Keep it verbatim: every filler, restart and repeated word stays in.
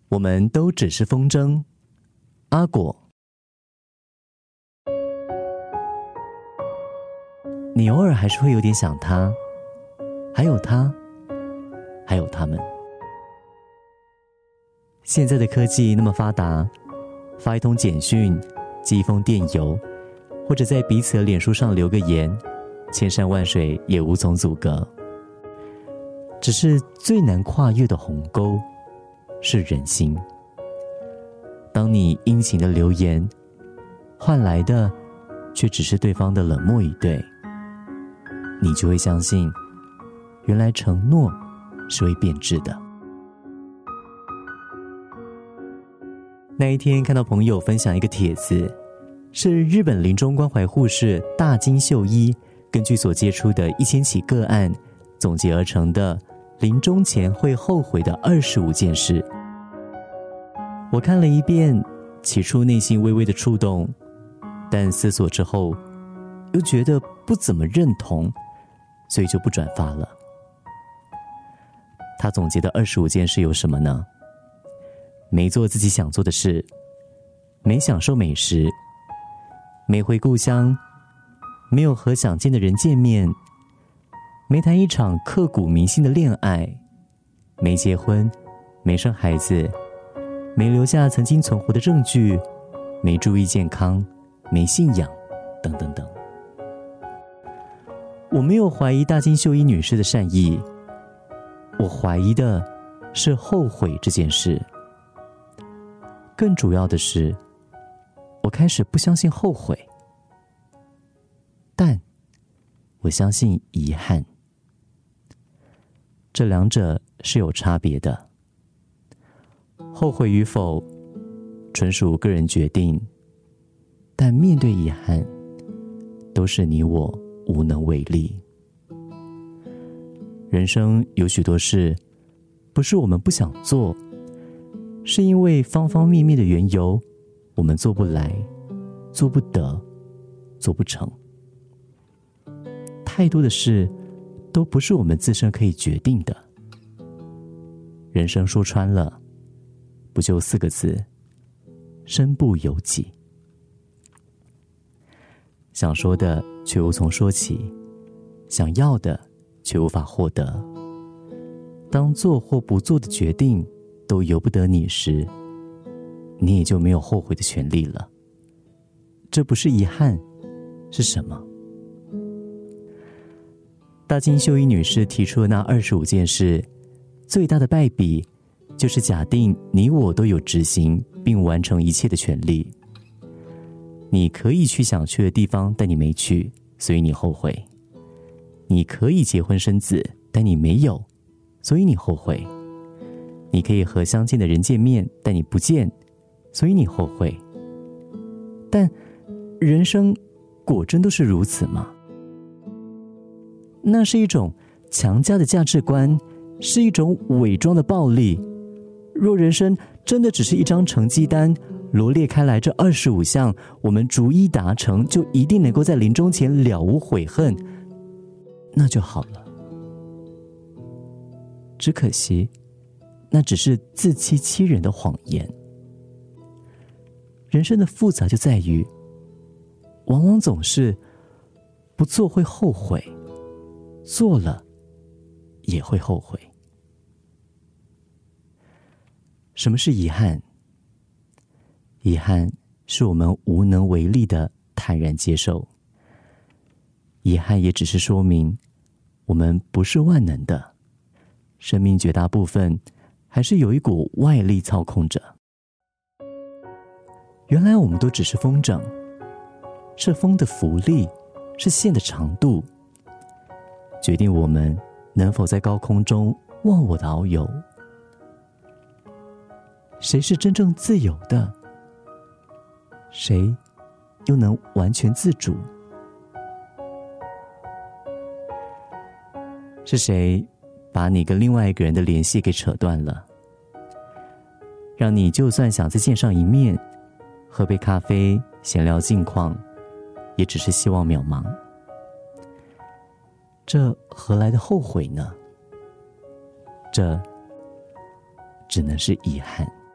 我们都只是风筝。阿果，你偶尔还是会有点想他，还有他，还有他们。现在的科技那么发达，发一通简讯，寄一封电邮，或者在彼此的脸书上留个言，千山万水也无从阻隔。只是最难跨越的鸿沟是人心。当你殷勤的留言，换来的却只是对方的冷漠以对，你就会相信，原来承诺是会变质的。那一天看到朋友分享一个帖子，是日本临终关怀护士大金秀一根据所接触的一千起个案总结而成的临终前会后悔的二十五件事。我看了一遍，起初内心微微的触动，但思索之后又觉得不怎么认同，所以就不转发了。他总结的二十五件事有什么呢？没做自己想做的事，没享受美食，没回故乡，没有和想见的人见面，没谈一场刻骨铭心的恋爱，没结婚，没生孩子，没留下曾经存活的证据，没注意健康，没信仰，等等等。我没有怀疑大金秀一女士的善意，我怀疑的是后悔这件事。更主要的是，我开始不相信后悔，但我相信遗憾。这两者是有差别的。后悔与否纯属个人决定，但面对遗憾，都是你我无能为力。人生有许多事，不是我们不想做，是因为方方面面的缘由，我们做不来，做不得，做不成。太多的事都不是我们自身可以决定的。人生说穿了，不就四个字：身不由己。想说的却无从说起，想要的却无法获得。当做或不做的决定都由不得你时，你也就没有后悔的权利了。这不是遗憾，是什么？大金秀一女士提出的那二十五件事，最大的败笔就是假定你我都有执行并完成一切的权利。你可以去想去的地方，但你没去，所以你后悔。你可以结婚生子，但你没有，所以你后悔。你可以和相见的人见面，但你不见，所以你后悔。但人生果真都是如此吗？那是一种强加的价值观，是一种伪装的暴力。若人生真的只是一张成绩单，罗列开来这二十五项，我们逐一达成，就一定能够在临终前了无悔恨，那就好了。只可惜，那只是自欺欺人的谎言。人生的复杂就在于，往往总是不做会后悔，做了也会后悔。什么是遗憾？遗憾是我们无能为力的坦然接受。遗憾也只是说明我们不是万能的，生命绝大部分还是有一股外力操控着。原来我们都只是风筝，是风的浮力，是线的长度，决定我们能否在高空中忘我的遨游。谁是真正自由的？谁又能完全自主？是谁把你跟另外一个人的联系给扯断了，让你就算想再见上一面，喝杯咖啡闲聊近况，也只是希望渺茫？这何来的后悔呢？这只能是遗憾。